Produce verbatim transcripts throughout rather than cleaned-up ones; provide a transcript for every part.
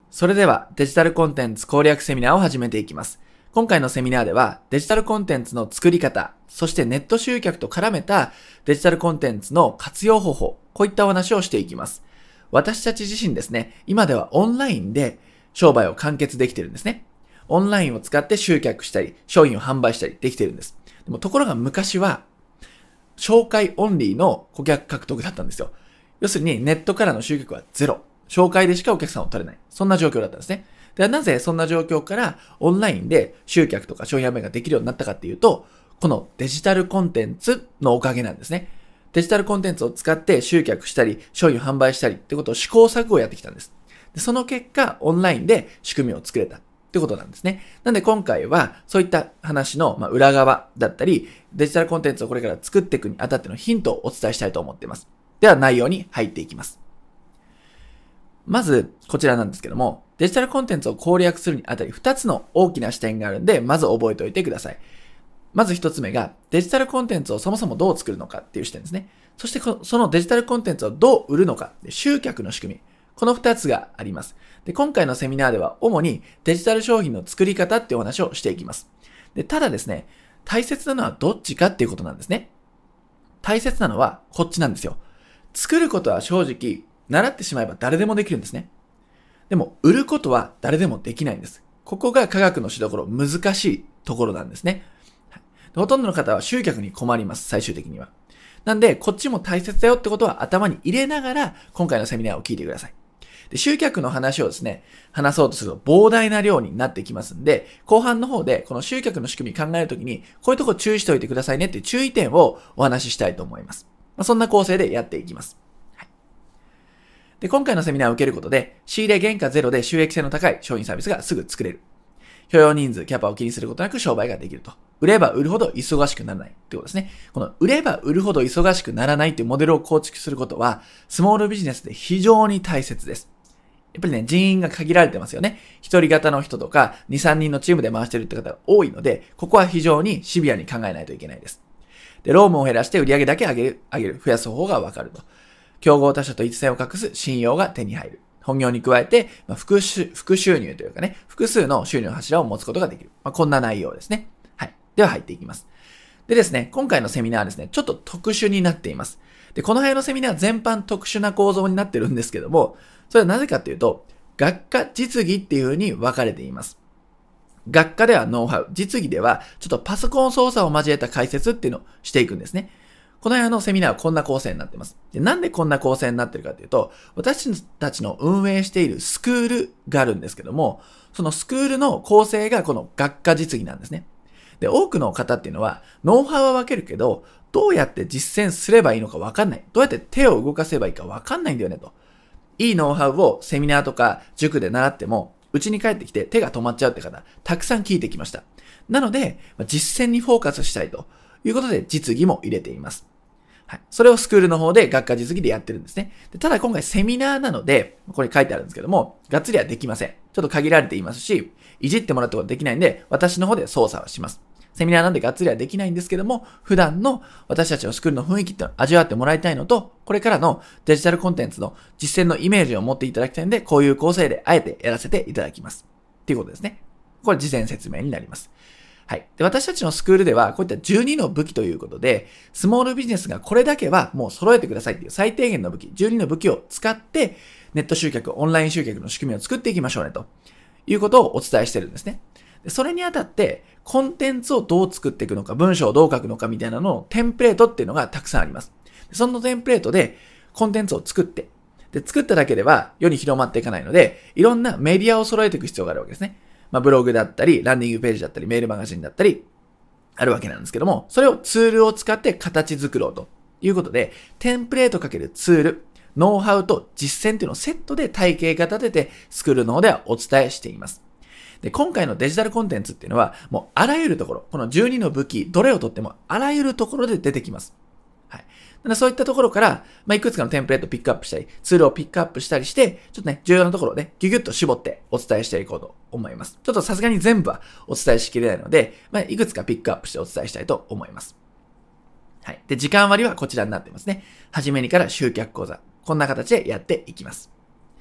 それではデジタルコンテンツ攻略セミナーを始めていきます。今回のセミナーではデジタルコンテンツの作り方、そしてネット集客と絡めたデジタルコンテンツの活用方法、こういったお話をしていきます。私たち自身ですね、今ではオンラインで商売を完結できているんですね。オンラインを使って集客したり、商品を販売したりできているんです。でもところが昔は紹介オンリーの顧客獲得だったんですよ。要するにネットからの集客はゼロ。紹介でしかお客さんを取れない。そんな状況だったんですね。ではなぜそんな状況からオンラインで集客とか商品販売ができるようになったかっていうと、このデジタルコンテンツのおかげなんですね。デジタルコンテンツを使って集客したり、商品を販売したりってことを試行錯誤をやってきたんです。でその結果、オンラインで仕組みを作れたってことなんですね。なので今回はそういった話の裏側だったり、デジタルコンテンツをこれから作っていくにあたってのヒントをお伝えしたいと思っています。では内容に入っていきます。まず、こちらなんですけども、デジタルコンテンツを攻略するにあたりふたつの大きな視点があるんで、まず覚えておいてください。まずひとつめが、デジタルコンテンツをそもそもどう作るのかっていう視点ですね。そしてそのデジタルコンテンツをどう売るのか、集客の仕組み。このふたつがあります。で、今回のセミナーでは主にデジタル商品の作り方っていうお話をしていきます。で、ただですね、大切なのはどっちかっていうことなんですね。大切なのはこっちなんですよ。作ることは正直、習ってしまえば誰でもできるんですね。でも、売ることは誰でもできないんです。ここが科学のしどころ、難しいところなんですね。はい、ほとんどの方は集客に困ります、最終的には。なんで、こっちも大切だよってことは頭に入れながら、今回のセミナーを聞いてください。で、集客の話をですね、話そうとすると膨大な量になってきますんで、後半の方でこの集客の仕組み考えるときに、こういうところ注意しておいてくださいねっていう注意点をお話ししたいと思います。まあ、そんな構成でやっていきます。で、今回のセミナーを受けることで、仕入れ原価ゼロで収益性の高い商品サービスがすぐ作れる。許容人数、キャパを気にすることなく商売ができると。売れば売るほど忙しくならないってことですね。この売れば売るほど忙しくならないっていうモデルを構築することは、スモールビジネスで非常に大切です。やっぱりね、人員が限られてますよね。一人型の人とか、に、さんにんのチームで回してるって方が多いので、ここは非常にシビアに考えないといけないです。で、ロームを減らして売上だけ上げる、上げる、増やす方法がわかると。競合他社と一線を画す信用が手に入る。本業に加えて、まあ、副収、副収入というかね、複数の収入の柱を持つことができる。まあ、こんな内容ですね。はい。では入っていきます。でですね、今回のセミナーはですね、ちょっと特殊になっています。で、この辺のセミナー全般特殊な構造になってるんですけども、それはなぜかっていうと、学科実技っていう風に分かれています。学科ではノウハウ、実技ではちょっとパソコン操作を交えた解説っていうのをしていくんですね。この辺のセミナーはこんな構成になっています。で、なんでこんな構成になっているかというと、私たちの運営しているスクールがあるんですけども、そのスクールの構成がこの学科実技なんですね。で、多くの方っていうのは、ノウハウは分けるけど、どうやって実践すればいいのか分かんない。どうやって手を動かせばいいか分かんないんだよねと。いいノウハウをセミナーとか塾で習っても、うちに帰ってきて手が止まっちゃうって方、たくさん聞いてきました。なので、実践にフォーカスしたいということで実技も入れています。はい。それをスクールの方で学科実技でやってるんですね。でただ今回セミナーなので、これ書いてあるんですけども、がっつりはできません。ちょっと限られていますし、いじってもらうことができないんで、私の方で操作はします。セミナーなんでがっつりはできないんですけども、普段の私たちのスクールの雰囲気ってのを味わってもらいたいのと、これからのデジタルコンテンツの実践のイメージを持っていただきたいんで、こういう構成であえてやらせていただきます。っていうことですね。これ事前説明になります。はい。で、私たちのスクールでは、こういったじゅうにの武器ということで、スモールビジネスがこれだけはもう揃えてくださいっていう最低限の武器、じゅうにの武器を使って、ネット集客、オンライン集客の仕組みを作っていきましょうね、ということをお伝えしてるんですね。でそれにあたって、コンテンツをどう作っていくのか、文章をどう書くのかみたいなののテンプレートっていうのがたくさんあります。そのテンプレートでコンテンツを作って、で、作っただけでは世に広まっていかないので、いろんなメディアを揃えていく必要があるわけですね。まあ、ブログだったり、ランディングページだったり、メールマガジンだったり、あるわけなんですけども、それをツールを使って形作ろうということで、テンプレートかけるツール、ノウハウと実践っていうのをセットで体系が立てて、スクールの方ではお伝えしています。で、今回のデジタルコンテンツっていうのは、もうあらゆるところ、このじゅうにの武器、どれをとってもあらゆるところで出てきます。はい。なのでそういったところから、まあ、いくつかのテンプレートをピックアップしたり、ツールをピックアップしたりして、ちょっとね、重要なところをね、ギュギュッと絞ってお伝えしていこうと思います。ちょっとさすがに全部はお伝えしきれないので、まあ、いくつかピックアップしてお伝えしたいと思います。はい。で、時間割はこちらになってますね。はじめにから集客講座。こんな形でやっていきます。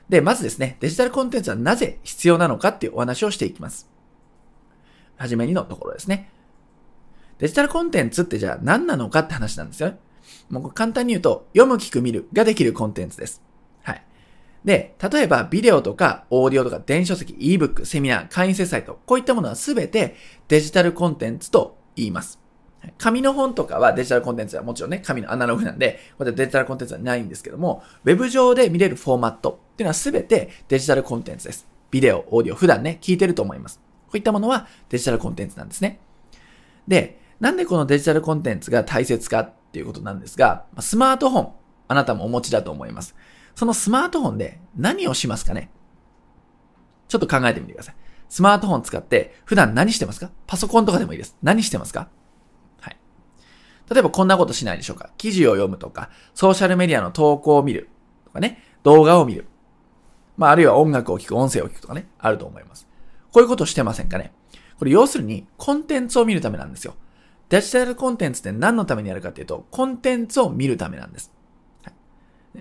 で、まずですね、デジタルコンテンツはなぜ必要なのかっていうお話をしていきます。はじめにのところですね。デジタルコンテンツってじゃあ何なのかって話なんですよね。もう簡単に言うと、読む、聞く、見るができるコンテンツです。はい。で、例えばビデオとかオーディオとか電子書籍、e-book、セミナー、会員制サイト、こういったものはすべてデジタルコンテンツと言います。紙の本とかはデジタルコンテンツはもちろんね、紙のアナログなんで、これデジタルコンテンツはないんですけども、ウェブ上で見れるフォーマットっていうのはすべてデジタルコンテンツです。ビデオ、オーディオ、普段ね、聞いてると思います。こういったものはデジタルコンテンツなんですね。で、なんでこのデジタルコンテンツが大切かっていうことなんですが、スマートフォン、あなたもお持ちだと思います。そのスマートフォンで何をしますかね？ちょっと考えてみてください。スマートフォン使って普段何してますか？パソコンとかでもいいです。何してますか？はい。例えばこんなことしないでしょうか。記事を読むとか、ソーシャルメディアの投稿を見るとかね、動画を見る。まあ、あるいは音楽を聴く、音声を聞くとかね、あると思います。こういうことをしてませんかね？これ要するにコンテンツを見るためなんですよ。デジタルコンテンツって何のためにやるかっていうと、コンテンツを見るためなんです。はい、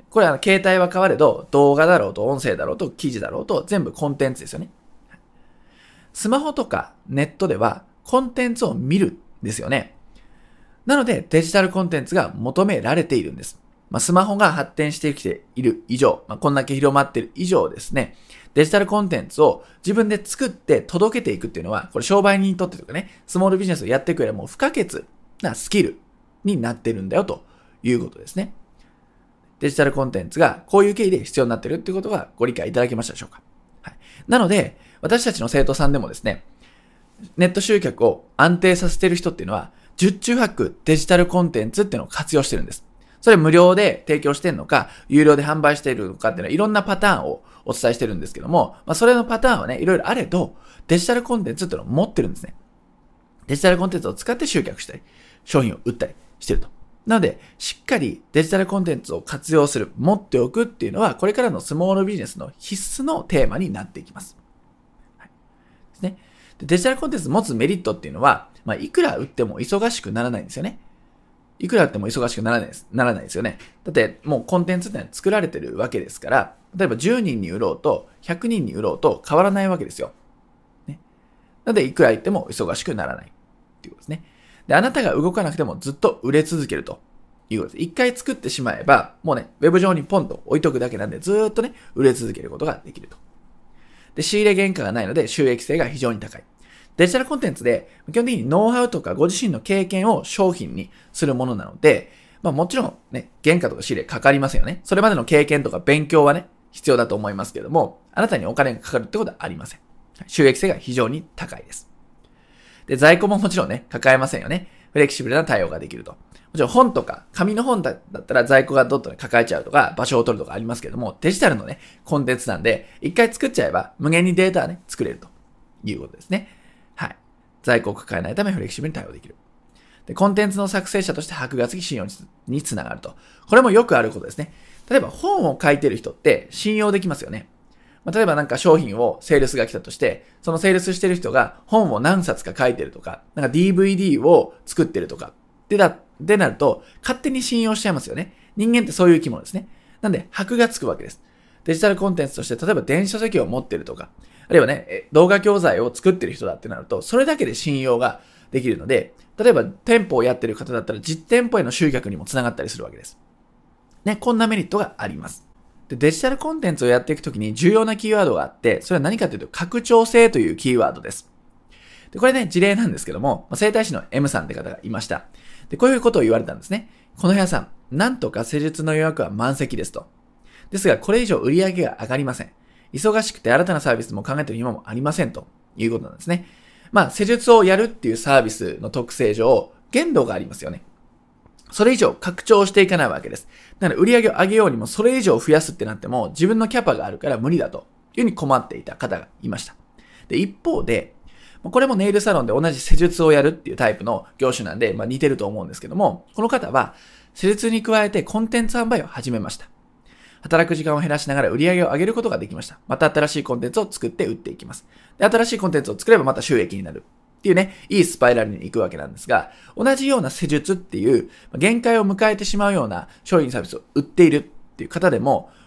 これは携帯は変われど、動画だろうと音声だろうと記事だろうと全部コンテンツですよね。はい、スマホとかネットではコンテンツを見るんですよね。なのでデジタルコンテンツが求められているんです。まあ、スマホが発展してきている以上、まあ、こんだけ広まっている以上ですね、デジタルコンテンツを自分で作って届けていくっていうのは、これ商売人にとってとかね、スモールビジネスをやっていく上でもう不可欠なスキルになってるんだよということですね。デジタルコンテンツがこういう経緯で必要になっているっていうことはご理解いただけましたでしょうか。はい、なので、私たちの生徒さんでもですね、ネット集客を安定させている人っていうのは、十中八九デジタルコンテンツっていうのを活用してるんです。それ無料で提供してるのか、有料で販売しているのかっていうのは、いろんなパターンをお伝えしてるんですけども、まあ、それのパターンはね、いろいろあれど、デジタルコンテンツっていうのを持ってるんですね。デジタルコンテンツを使って集客したり、商品を売ったりしてると。なので、しっかりデジタルコンテンツを活用する、持っておくっていうのは、これからのスモールビジネスの必須のテーマになっていきます。はい、ですね。で、デジタルコンテンツ持つメリットっていうのは、まあ、いくら売っても忙しくならないんですよね。いくら売っても忙しくならないです。ならないですよね。だってもうコンテンツってのは作られてるわけですから、例えばじゅうにんに売ろうとひゃくにんに売ろうと変わらないわけですよ。ね。なのでいくら言っても忙しくならないっていうことですね。で、あなたが動かなくてもずっと売れ続けるということです。一回作ってしまえば、もうね、ウェブ上にポンと置いとくだけなんでずーっとね、売れ続けることができると。で、仕入れ原価がないので収益性が非常に高い。デジタルコンテンツで基本的にノウハウとかご自身の経験を商品にするものなので、まあもちろんね、原価とか仕入れかかりますよね。それまでの経験とか勉強はね、必要だと思いますけれども、あなたにお金がかかるってことはありません。収益性が非常に高いです。で、在庫ももちろんね、抱えませんよね。フレキシブルな対応ができると。もちろん本とか、紙の本だったら在庫がどっと、ね、抱えちゃうとか、場所を取るとかありますけども、デジタルのね、コンテンツなんで、一回作っちゃえば無限にデータはね、作れるということですね。はい。在庫を抱えないためフレキシブルに対応できる。で、コンテンツの作成者として箔がつき信用につながると。これもよくあることですね。例えば本を書いてる人って信用できますよね。まあ、例えばなんか商品をセールスが来たとして、そのセールスしてる人が本を何冊か書いてるとか、なんか ディーブイディー を作ってるとか、でだ、でなると勝手に信用しちゃいますよね。人間ってそういう生き物ですね。なんで箔がつくわけです。デジタルコンテンツとして例えば電子書籍を持ってるとか、あるいはね、動画教材を作ってる人だってなると、それだけで信用ができるので、例えば店舗をやってる方だったら実店舗への集客にもつながったりするわけです。ね、こんなメリットがあります。で、デジタルコンテンツをやっていくときに重要なキーワードがあって、それは何かというと拡張性というキーワードです。で、これね、事例なんですけども、整体師の M さんって方がいました。で、こういうことを言われたんですね。この部屋さん、なんとか施術の予約は満席ですと。ですが、これ以上売り上げが上がりません。忙しくて新たなサービスも考えている暇もありませんということなんですね。まあ、施術をやるっていうサービスの特性上、限度がありますよね。それ以上拡張していかないわけです。なので、売り上げを上げようにもそれ以上増やすってなっても、自分のキャパがあるから無理だというふうに困っていた方がいました。で、一方で、これもネイルサロンで同じ施術をやるっていうタイプの業種なんで、まあ似てると思うんですけども、この方は施術に加えてコンテンツ販売を始めました。働く時間を減らしながら売り上げを上げることができました。また新しいコンテンツを作って売っていきます。で、新しいコンテンツを作ればまた収益になるっていうね、いいスパイラルに行くわけなんですが、同じような施術っていう限界を迎えてしまうような商品サービスを売っているっていう方でも、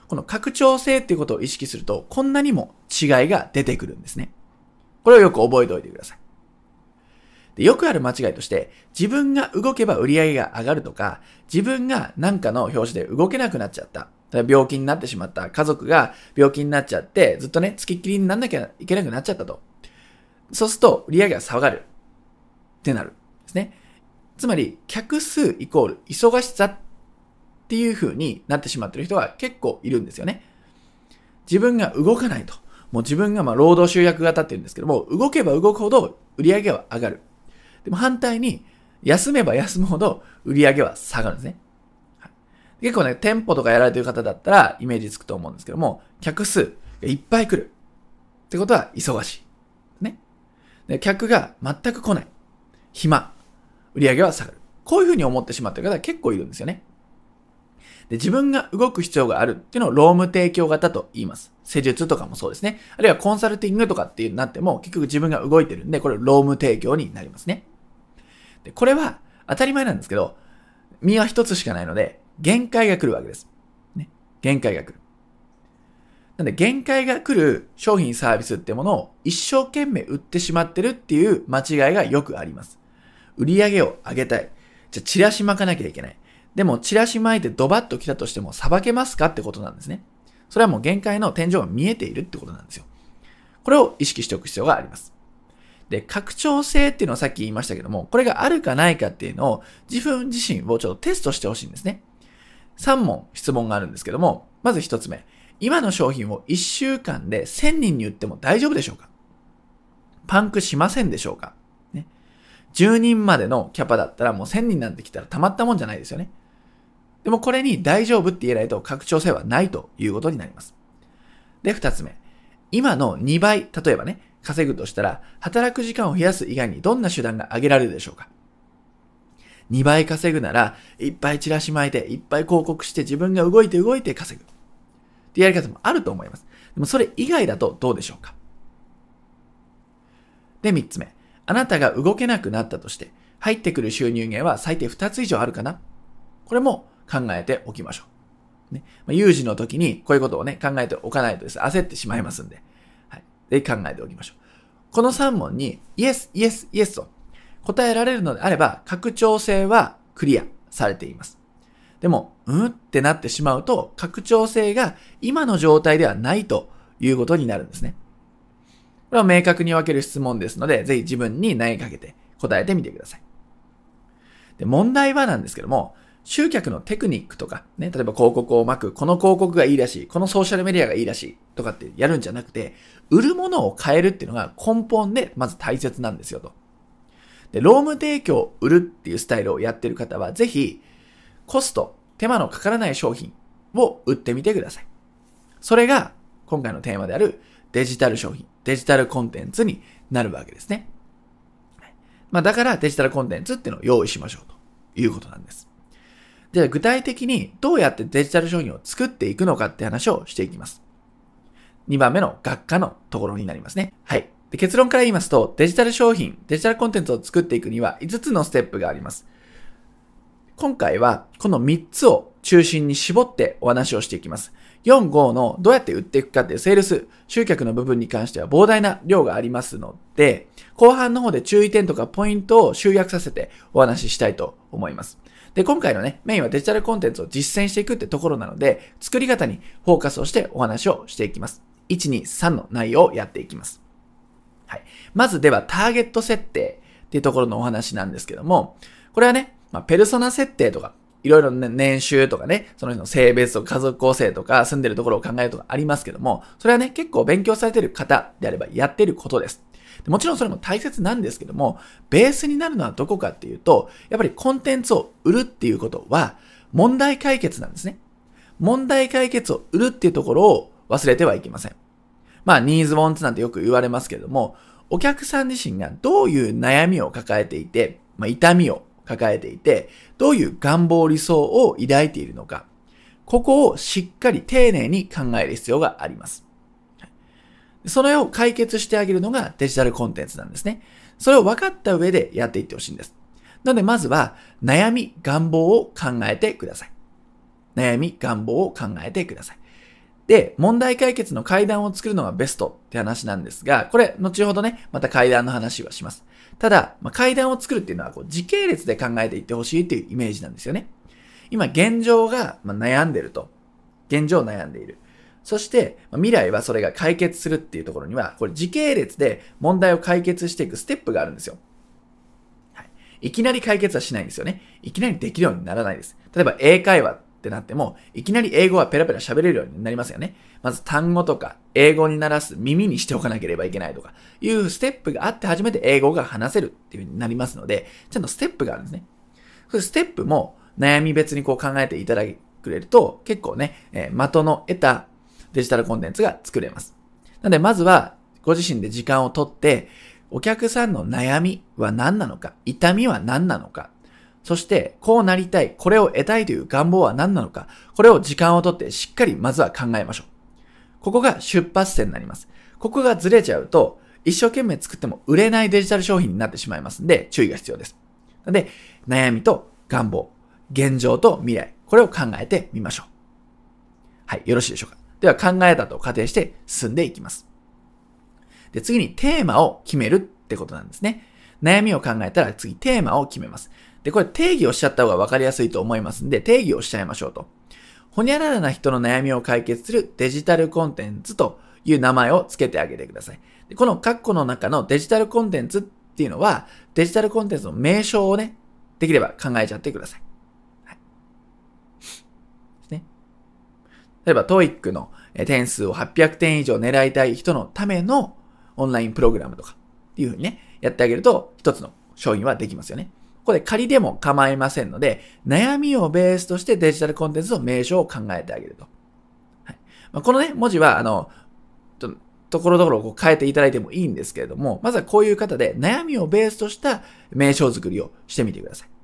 この拡張性っていうことを意識すると、こんなにも違いが出てくるんですね。これをよく覚えておいてください。で、よくある間違いとして、自分が動けば売り上げが上がるとか、自分が何かの表紙で動けなくなっちゃった。病気になってしまった。家族が病気になっちゃって、ずっとね、付きっきりにならなきゃいけなくなっちゃったと。そうすると、売り上げが下がる。ってなる。ですね。つまり、客数イコール忙しさっていう風になってしまっている人は結構いるんですよね。自分が動かないと。もう自分がまあ労働集約型って言うんですけども、動けば動くほど売り上げは上がる。でも反対に、休めば休むほど売り上げは下がるんですね。はい、結構ね、店舗とかやられている方だったらイメージつくと思うんですけども、客数がいっぱい来る。ってことは忙しい。ね。で、客が全く来ない。暇。売り上げは下がる。こういうふうに思ってしまっている方は結構いるんですよね。で、自分が動く必要があるっていうのを労務提供型と言います。施術とかもそうですね。あるいはコンサルティングとかっていうなっても結局自分が動いてるんで、これ労務提供になりますね。で、これは当たり前なんですけど、身は一つしかないので、限界が来るわけです。ね。限界が来る。なんで、限界が来る商品サービスってものを一生懸命売ってしまってるっていう間違いがよくあります。売り上げを上げたい。じゃあ、チラシ巻かなきゃいけない。でも、チラシ巻いてドバッと来たとしても、さばけますかってことなんですね。それはもう限界の天井が見えているってことなんですよ。これを意識しておく必要があります。で、拡張性っていうのはさっき言いましたけども、これがあるかないかっていうのを自分自身をちょっとテストしてほしいんですね。さん問質問があるんですけども、まずひとつめ。今の商品をいっしゅうかんでせんにんに売っても大丈夫でしょうか？パンクしませんでしょうか？ね。じゅうにんまでのキャパだったらもうせんにんなんて来たらたまったもんじゃないですよね。でもこれに大丈夫って言えないと拡張性はないということになります。で、二つ目。今のにばい、例えばね、稼ぐとしたら、働く時間を増やす以外にどんな手段が挙げられるでしょうか？にばい稼ぐなら、いっぱいチラシ巻いて、いっぱい広告して自分が動いて動いて稼ぐ。っていうやり方もあると思います。でもそれ以外だとどうでしょうか？で、三つ目。あなたが動けなくなったとして、入ってくる収入源は最低二つ以上あるかな？これも考えておきましょう。ね。まあ、有事の時にこういうことをね、考えておかないとですね、焦ってしまいますんで。はい。で、考えておきましょう。このさん問に、イエス、イエス、イエスと答えられるのであれば、拡張性はクリアされています。でも、うんってなってしまうと、拡張性が今の状態ではないということになるんですね。これは明確に分ける質問ですので、ぜひ自分に投げかけて答えてみてください。で、問題はなんですけども、集客のテクニックとか、ね、例えば広告を巻く、この広告がいいらしい、このソーシャルメディアがいいらしいとかってやるんじゃなくて、売るものを変えるっていうのが根本でまず大切なんですよと。で、労務提供を売るっていうスタイルをやっている方は、ぜひ、コスト、手間のかからない商品を売ってみてください。それが、今回のテーマであるデジタル商品、デジタルコンテンツになるわけですね。まあ、だからデジタルコンテンツっていうのを用意しましょうということなんです。じゃあ具体的にどうやってデジタル商品を作っていくのかって話をしていきます。にばんめの学科のところになりますね。はい。で、結論から言いますと、デジタル商品、デジタルコンテンツを作っていくにはいつつのステップがあります。今回はこのみっつを中心に絞ってお話をしていきます。よん、ごのどうやって売っていくかっていうセールス、集客の部分に関しては膨大な量がありますので、後半の方で注意点とかポイントを集約させてお話ししたいと思います。で、今回のね、メインはデジタルコンテンツを実践していくってところなので、作り方にフォーカスをしてお話をしていきます。いち、に、さんの内容をやっていきます。はい。まずではターゲット設定っていうところのお話なんですけども、これはね、まあ、ペルソナ設定とか、いろいろね、年収とかね、その人の性別とか家族構成とか住んでるところを考えるとかありますけども、それはね、結構勉強されている方であればやっていることです。もちろんそれも大切なんですけども、ベースになるのはどこかっていうと、やっぱりコンテンツを売るっていうことは、問題解決なんですね。問題解決を売るっていうところを忘れてはいけません。まあ、ニーズウォンツなんてよく言われますけれども、お客さん自身がどういう悩みを抱えていて、まあ、痛みを抱えていて、どういう願望理想を抱いているのか、ここをしっかり丁寧に考える必要があります。それを解決してあげるのがデジタルコンテンツなんですね。それを分かった上でやっていってほしいんです。なのでまずは悩み、願望を考えてください。悩み、願望を考えてください。 で、問題解決の階段を作るのがベストって話なんですが、これ、後ほどね、また階段の話はします。ただ、まあ、階段を作るっていうのはこう時系列で考えていってほしいっていうイメージなんですよね。今、現状がまあ悩んでると。現状悩んでいる。そして、まあ、未来はそれが解決するっていうところには、これ時系列で問題を解決していくステップがあるんですよ。はい。いきなり解決はしないんですよね。いきなりできるようにならないです。例えば、英会話ってなっても、いきなり英語はペラペラ喋れるようになりますよね。まず単語とか、英語に鳴らす耳にしておかなければいけないとか、いうステップがあって初めて英語が話せるっていう風になりますので、ちゃんとステップがあるんですね。そのステップも悩み別にこう考えていただくれると、結構ね、えー、的の得たデジタルコンテンツが作れます。なので、まずは、ご自身で時間をとって、お客さんの悩みは何なのか、痛みは何なのか、そして、こうなりたい、これを得たいという願望は何なのか、これを時間をとってしっかりまずは考えましょう。ここが出発点になります。ここがずれちゃうと、一生懸命作っても売れないデジタル商品になってしまいますので、注意が必要です。なので、悩みと願望、現状と未来、これを考えてみましょう。はい、よろしいでしょうか。では考えたと仮定して進んでいきます。で、次にテーマを決めるってことなんですね。悩みを考えたら次テーマを決めます。で、これ定義をしちゃった方が分かりやすいと思いますんで、定義をしちゃいましょうと。ほにゃららな人の悩みを解決するデジタルコンテンツという名前を付けてあげてください。で、この括弧の中のデジタルコンテンツっていうのは、デジタルコンテンツの名称をね、できれば考えちゃってください。はい。ですね。例えば、トーイック の点数をはっぴゃくてん以上狙いたい人のためのオンラインプログラムとかっていう風にね、やってあげると一つの商品はできますよね。これ仮でも構いませんので、悩みをベースとしてデジタルコンテンツの名称を考えてあげると。はい。まあ、このね、文字は、あの、と、ところどころこう変えていただいてもいいんですけれども、まずはこういう方で悩みをベースとした名称作りをしてみてください。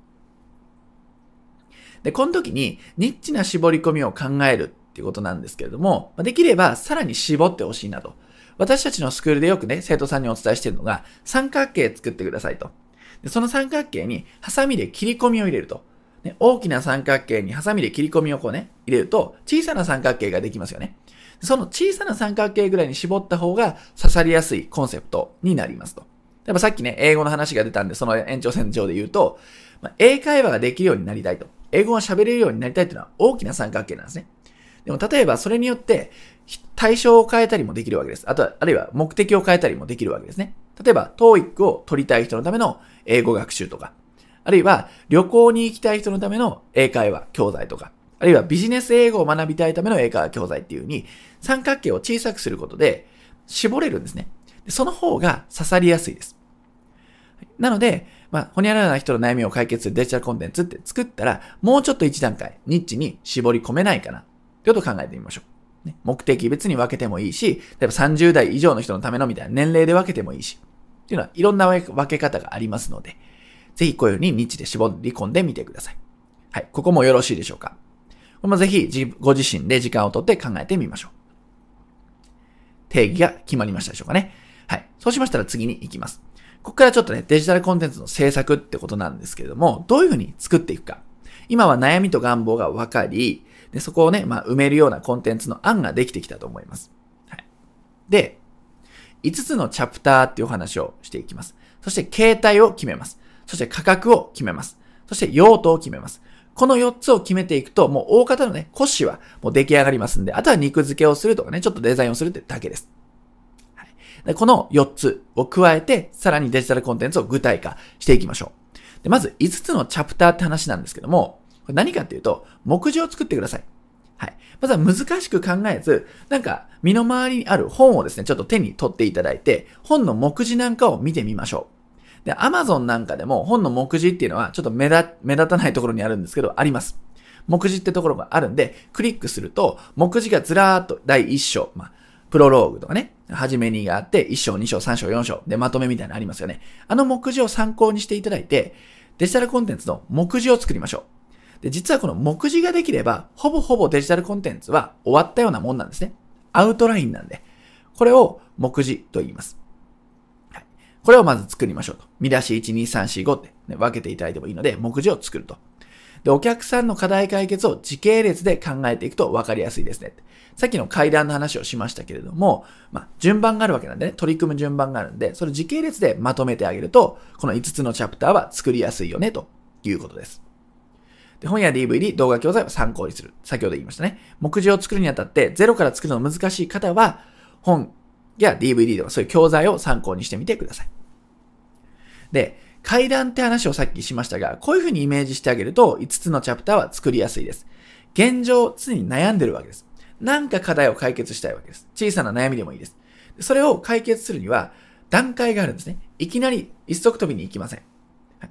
で、この時にニッチな絞り込みを考えるっていうことなんですけれども、できればさらに絞ってほしいなと。私たちのスクールでよくね、生徒さんにお伝えしているのが、三角形作ってくださいと。でその三角形にハサミで切り込みを入れると。ね、大きな三角形にハサミで切り込みをこうね、入れると、小さな三角形ができますよね。その小さな三角形ぐらいに絞った方が刺さりやすいコンセプトになりますと。例えばさっきね、英語の話が出たんで、その延長線上で言うと、まあ、英会話ができるようになりたいと。英語が喋れるようになりたいというのは大きな三角形なんですね。でも例えばそれによって対象を変えたりもできるわけです。あとは、あるいは目的を変えたりもできるわけですね。例えば、トーイック を取りたい人のための英語学習とか、あるいは旅行に行きたい人のための英会話教材とか、あるいはビジネス英語を学びたいための英会話教材っていう風に三角形を小さくすることで絞れるんですね。でその方が刺さりやすいです。なので、まあ、ほにゃららな人の悩みを解決するデジタルコンテンツって作ったら、もうちょっと一段階ニッチに絞り込めないかなってことを考えてみましょう。ね、目的別に分けてもいいし、例えばさんじゅう代以上の人のためのみたいな年齢で分けてもいいし、っていうのはいろんな分け方がありますので、ぜひこういうふうにニッチで絞り込んでみてください。はい、ここもよろしいでしょうか。これもぜひご自身で時間をとって考えてみましょう。定義が決まりましたでしょうかね。はい。そうしましたら次に行きます。ここからちょっとね、デジタルコンテンツの制作ってことなんですけれども、どういうふうに作っていくか。今は悩みと願望が分かり、でそこをね、まあ、埋めるようなコンテンツの案ができてきたと思います。はい。で、いつつのチャプターっていうお話をしていきます。そして形態を決めます。そして価格を決めます。そして用途を決めます。このよっつを決めていくと、もう大方のね、骨子はもう出来上がりますんで、あとは肉付けをするとかね、ちょっとデザインをするってだけです。はい。でこのよっつを加えて、さらにデジタルコンテンツを具体化していきましょう。でまずいつつのチャプターって話なんですけども、これ何かっていうと、目次を作ってください。はい。まずは難しく考えず、なんか身の回りにある本をですね、ちょっと手に取っていただいて、本の目次なんかを見てみましょう。で、Amazon なんかでも本の目次っていうのはちょっと目立、目立たないところにあるんですけど、あります。目次ってところがあるんで、クリックすると、目次がずらーっとだいいっ章、まあ、プロローグとかね、はじめにがあって、いっ章、に章、さん章、よん章でまとめみたいなのありますよね。あの目次を参考にしていただいて、デジタルコンテンツの目次を作りましょう。で、実はこの目次ができれば、ほぼほぼデジタルコンテンツは終わったようなもんなんですね。アウトラインなんで。これを目次と言います。これをまず作りましょうと。見出しいち、に、さん、よん、ごって、ね、分けていただいてもいいので、目次を作ると。 で、お客さんの課題解決を時系列で考えていくと分かりやすいですね。さっきの階段の話をしましたけれども、まあ、順番があるわけなんでね、取り組む順番があるんで、それ時系列でまとめてあげると、このいつつのチャプターは作りやすいよね、ということです。で、本や ディーブイディー、動画教材を参考にする。先ほど言いましたね。目次を作るにあたって、ゼロから作るの難しい方は、本や ディーブイディー とかそういう教材を参考にしてみてください。で、階段って話をさっきしましたが、こういうふうにイメージしてあげると、いつつのチャプターは作りやすいです。現状、常に悩んでるわけです。何か課題を解決したいわけです。小さな悩みでもいいです。それを解決するには、段階があるんですね。いきなり一足飛びに行きません。はい、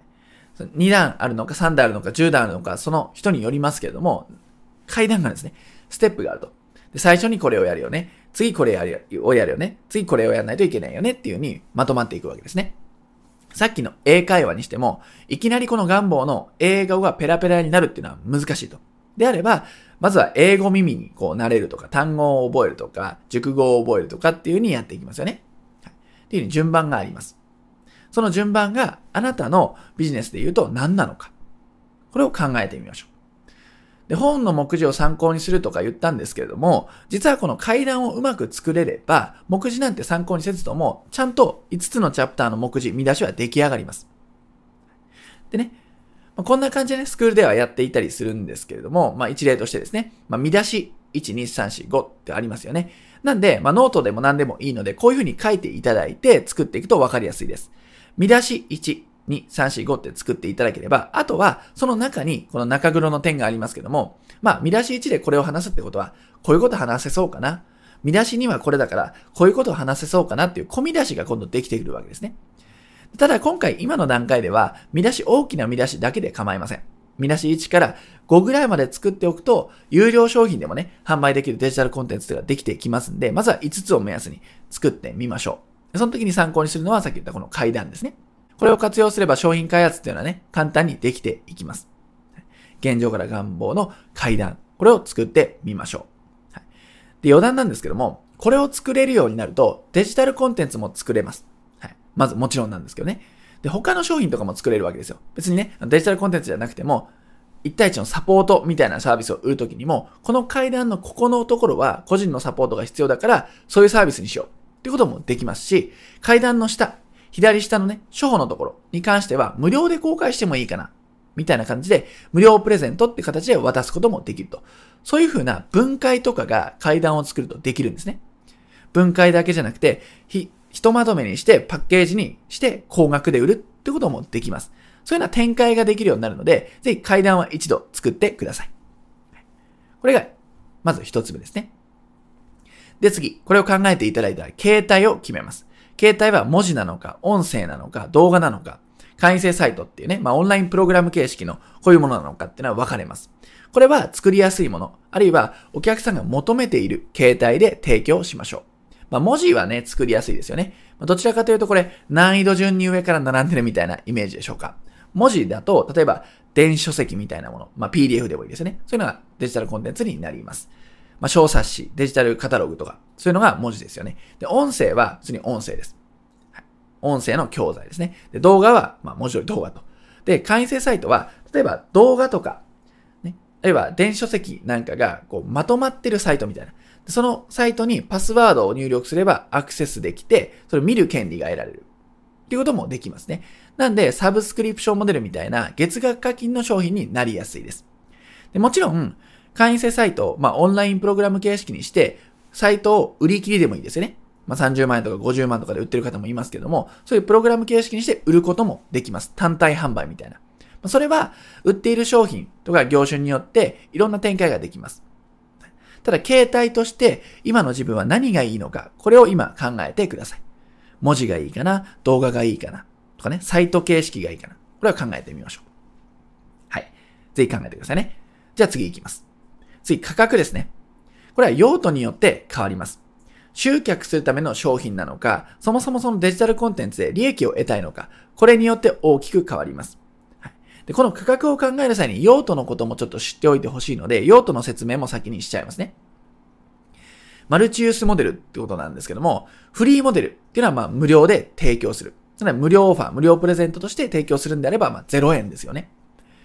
に段あるのかさん段あるのかじゅう段あるのか、その人によりますけれども、階段があるんですね。ステップがあると。で、最初にこれをやるよね。次これやるをやるよね。次これをやらないといけないよねっていう風にまとまっていくわけですね。さっきの英会話にしても、いきなりこの願望の英語がペラペラになるっていうのは難しいと。であれば、まずは英語耳にこう慣れるとか、単語を覚えるとか、熟語を覚えるとかっていう風にやっていきますよね。はい、っていう風に順番があります。その順番があなたのビジネスで言うと何なのか。これを考えてみましょう。で、本の目次を参考にするとか言ったんですけれども、実はこの階段をうまく作れれば、目次なんて参考にせずとも、ちゃんといつつのチャプターの目次、見出しは出来上がります。でね、こんな感じでね、スクールではやっていたりするんですけれども、まあ一例としてですね、まあ見出しいち、に、さん、よん、ごってありますよね。なんで、まあノートでも何でもいいので、こういうふうに書いていただいて作っていくと分かりやすいです。見出しいち、に、さん、よん、ごって作っていただければ、あとはその中にこの中黒の点がありますけども、まあ見出しいちでこれを話すってことは、こういうこと話せそうかな。見出しにはこれだから、こういうことを話せそうかなっていう込み出しが今度できてくるわけですね。ただ今回今の段階では見出し大きな見出しだけで構いません。見出しいちからごぐらいまで作っておくと有料商品でもね販売できるデジタルコンテンツができてきますんで、まずはいつつを目安に作ってみましょう。その時に参考にするのはさっき言ったこの階段ですね。これを活用すれば商品開発っていうのはね簡単にできていきます。現状から願望の階段、これを作ってみましょう。はい、で余談なんですけども、これを作れるようになるとデジタルコンテンツも作れます。まずもちろんなんですけどね。で、他の商品とかも作れるわけですよ。別にね、デジタルコンテンツじゃなくても、いち対いちのサポートみたいなサービスを売るときにも、この階段のここのところは個人のサポートが必要だから、そういうサービスにしようっていうこともできますし、階段の下、左下のね、初歩のところに関しては無料で公開してもいいかな。みたいな感じで、無料プレゼントって形で渡すこともできると。そういう風な分解とかが階段を作るとできるんですね。分解だけじゃなくて、ひひとまとめにしてパッケージにして高額で売るってこともできます。そういうような展開ができるようになるので、ぜひ階段は一度作ってください。これがまず一つ目ですね。で次、これを考えていただいたら形態を決めます。形態は文字なのか、音声なのか、動画なのか、会員制サイトっていうね、まあオンラインプログラム形式のこういうものなのかっていうのは分かれます。これは作りやすいもの、あるいはお客さんが求めている形態で提供しましょう。まあ文字はね、作りやすいですよね。どちらかというとこれ、難易度順に上から並んでるみたいなイメージでしょうか。文字だと、例えば、電子書籍みたいなもの、まあ ピーディーエフ でもいいですよね。そういうのがデジタルコンテンツになります。まあ小冊子、デジタルカタログとか、そういうのが文字ですよね。で、音声は普通に音声です。はい、音声の教材ですね。で、動画は、まあ文字通り動画と。で、会員制サイトは、例えば動画とか、ね、あるいは電子書籍なんかがこうまとまってるサイトみたいな。そのサイトにパスワードを入力すればアクセスできて、それを見る権利が得られる。っていうこともできますね。なんで、サブスクリプションモデルみたいな月額課金の商品になりやすいです。でもちろん、会員制サイトを、まあ、オンラインプログラム形式にして、サイトを売り切りでもいいですよね。まあ、さんじゅうまんえんとかごじゅうまんとかで売ってる方もいますけども、そういうプログラム形式にして売ることもできます。単体販売みたいな。それは、売っている商品とか業種によっていろんな展開ができます。ただ、形態として今の自分は何がいいのか、これを今考えてください。文字がいいかな、動画がいいかな、とかね、サイト形式がいいかな。これを考えてみましょう。はい。ぜひ考えてくださいね。じゃあ次行きます。次、価格ですね。これは用途によって変わります。集客するための商品なのか、そもそもそのデジタルコンテンツで利益を得たいのか、これによって大きく変わります。で、この価格を考える際に用途のこともちょっと知っておいてほしいので、用途の説明も先にしちゃいますね。マルチユースモデルってことなんですけども、フリーモデルっていうのはまあ無料で提供する。つまり無料オファー、無料プレゼントとして提供するんであれば、まあゼロえんですよね。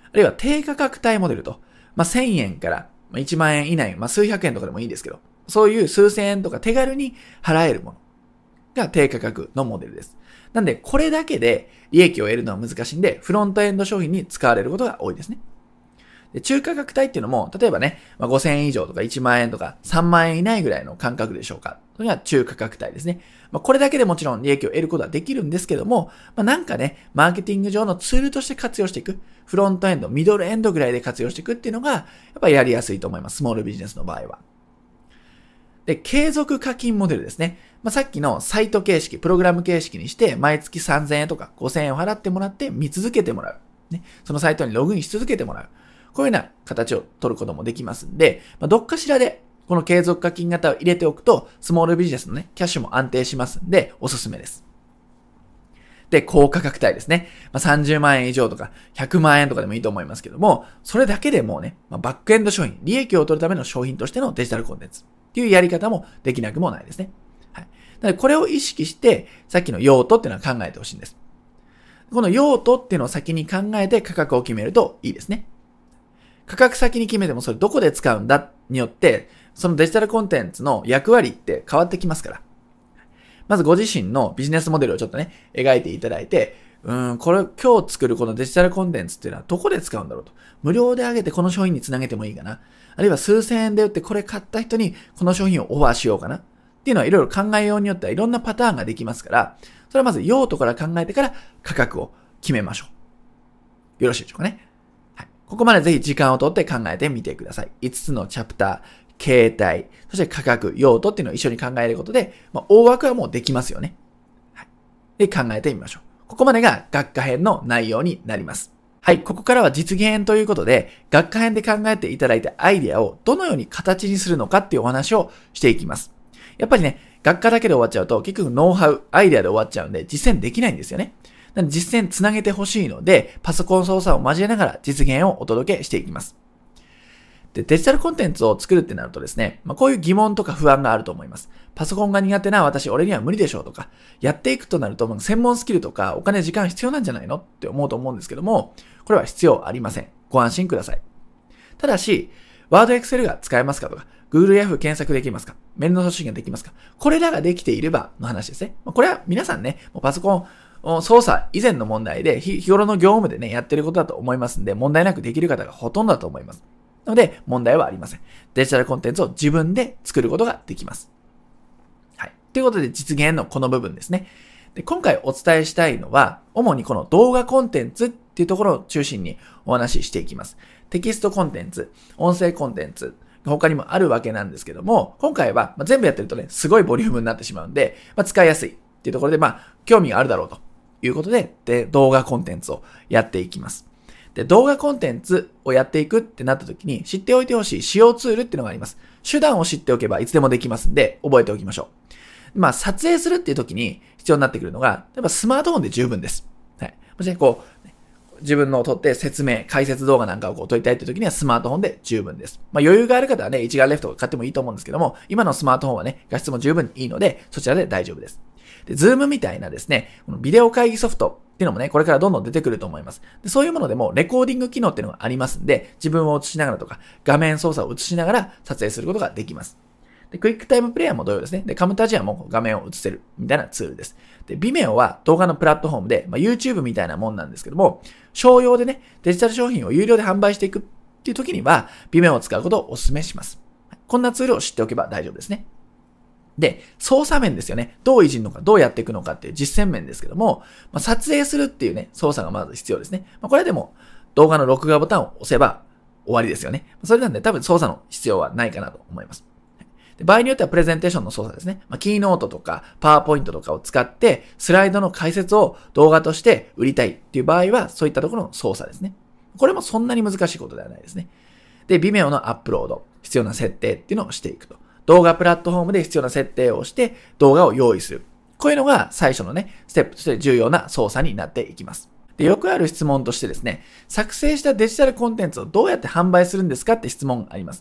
あるいは低価格帯モデルと、まあ、せんえんからいちまんえん以内、まあ、数百円とかでもいいんですけど、そういう数千円とか手軽に払えるものが低価格のモデルです。なんで、これだけで利益を得るのは難しいんで、フロントエンド商品に使われることが多いですね。で、中価格帯っていうのも、例えばね、まあ、ごせんえん以上とかいちまんえんとかさんまんえん以内ぐらいの感覚でしょうか。それが中価格帯ですね。まあ、これだけでもちろん利益を得ることはできるんですけども、まあ、なんかね、マーケティング上のツールとして活用していく。フロントエンド、ミドルエンドぐらいで活用していくっていうのが、やっぱりやりやすいと思います。スモールビジネスの場合は。で、継続課金モデルですね。まあ、さっきのサイト形式、プログラム形式にして、毎月さんぜんえんとかごせんえんを払ってもらって見続けてもらう。ね。そのサイトにログインし続けてもらう。こういうような形を取ることもできますんで、まあ、どっかしらでこの継続課金型を入れておくと、スモールビジネスのね、キャッシュも安定しますんで、おすすめです。で、高価格帯ですね。まあ、さんじゅうまんえん以上とか、ひゃくまんえんとかでもいいと思いますけども、それだけでもうね、まあ、バックエンド商品、利益を取るための商品としてのデジタルコンテンツっていうやり方もできなくもないですね。はい。なので、これを意識して、さっきの用途っていうのは考えてほしいんです。この用途っていうのを先に考えて価格を決めるといいですね。価格先に決めてもそれどこで使うんだによって、そのデジタルコンテンツの役割って変わってきますから。まずご自身のビジネスモデルをちょっとね、描いていただいて、うーん、これ今日作るこのデジタルコンテンツっていうのはどこで使うんだろうと。無料であげてこの商品につなげてもいいかな。あるいは数千円で売ってこれ買った人にこの商品をオファーしようかな。っていうのはいろいろ考えようによってはいろんなパターンができますから、それはまず用途から考えてから価格を決めましょう。よろしいでしょうかね。ここまでぜひ時間をとって考えてみてください。いつつのチャプター、形態、そして価格、用途っていうのを一緒に考えることで、まあ、大枠はもうできますよね。はい。で、考えてみましょう。ここまでが学科編の内容になります。はい。ここからは実現編ということで、学科編で考えていただいたアイデアをどのように形にするのかっていうお話をしていきます。やっぱりね、学科だけで終わっちゃうと、結局ノウハウ、アイデアで終わっちゃうんで、実践できないんですよね。なので実践つなげてほしいので、パソコン操作を交えながら実現をお届けしていきます。で、デジタルコンテンツを作るってなるとですね、まあ、こういう疑問とか不安があると思います。パソコンが苦手な私、俺には無理でしょうとか、やっていくとなると、専門スキルとかお金、時間必要なんじゃないのって思うと思うんですけども、これは必要ありません。ご安心ください。ただし、ワード、エクセルが使えますかとか、Google ヤフー検索できますか、メールの送信ができますか、これらができていればの話ですね。これは皆さんね、もうパソコン操作以前の問題で、日頃の業務でね、やってることだと思いますんで、問題なくできる方がほとんどだと思います。なので、問題はありません。デジタルコンテンツを自分で作ることができます。はい。ということで、実現のこの部分ですね。で、今回お伝えしたいのは、主にこの動画コンテンツっていうところを中心にお話ししていきます。テキストコンテンツ、音声コンテンツ、他にもあるわけなんですけども、今回は、まあ、全部やってるとね、すごいボリュームになってしまうんで、まあ、使いやすいっていうところで、まあ、興味があるだろうということで、で、動画コンテンツをやっていきます。で、動画コンテンツをやっていくってなった時に、知っておいてほしい使用ツールっていうのがあります。手段を知っておけばいつでもできますんで、覚えておきましょう。まあ、撮影するっていう時に必要になってくるのが、例えばスマートフォンで十分です。はい。もしこう、自分のを撮って説明、解説動画なんかをこう撮りたいという時にはスマートフォンで十分です。まあ余裕がある方はね、一眼レフとか買ってもいいと思うんですけども、今のスマートフォンはね、画質も十分にいいので、そちらで大丈夫です。で、ズームみたいなですね、このビデオ会議ソフトっていうのもね、これからどんどん出てくると思います。で、そういうものでもレコーディング機能っていうのがありますんで、自分を映しながらとか、画面操作を映しながら撮影することができます。で、クイックタイムプレイヤーも同様ですね。で、カムタジアも画面を映せるみたいなツールです。で、Vimeo は動画のプラットフォームで、まあ、YouTube みたいなもんなんですけども、商用でね、デジタル商品を有料で販売していくっていう時には、Vimeo を使うことをお勧めします。こんなツールを知っておけば大丈夫ですね。で、操作面ですよね。どういじるのか、どうやっていくのかっていう実践面ですけども、まあ、撮影するっていうね、操作がまず必要ですね。まあ、これでも動画の録画ボタンを押せば終わりですよね。それなんで多分操作の必要はないかなと思います。で、場合によってはプレゼンテーションの操作ですね。まあ、キーノートとかパワーポイントとかを使ってスライドの解説を動画として売りたいっていう場合はそういったところの操作ですね。これもそんなに難しいことではないですね。で、Vimeo のアップロード、必要な設定っていうのをしていくと。動画プラットフォームで必要な設定をして動画を用意する。こういうのが最初のね、ステップとして重要な操作になっていきます。で、よくある質問としてですね、作成したデジタルコンテンツをどうやって販売するんですかって質問があります。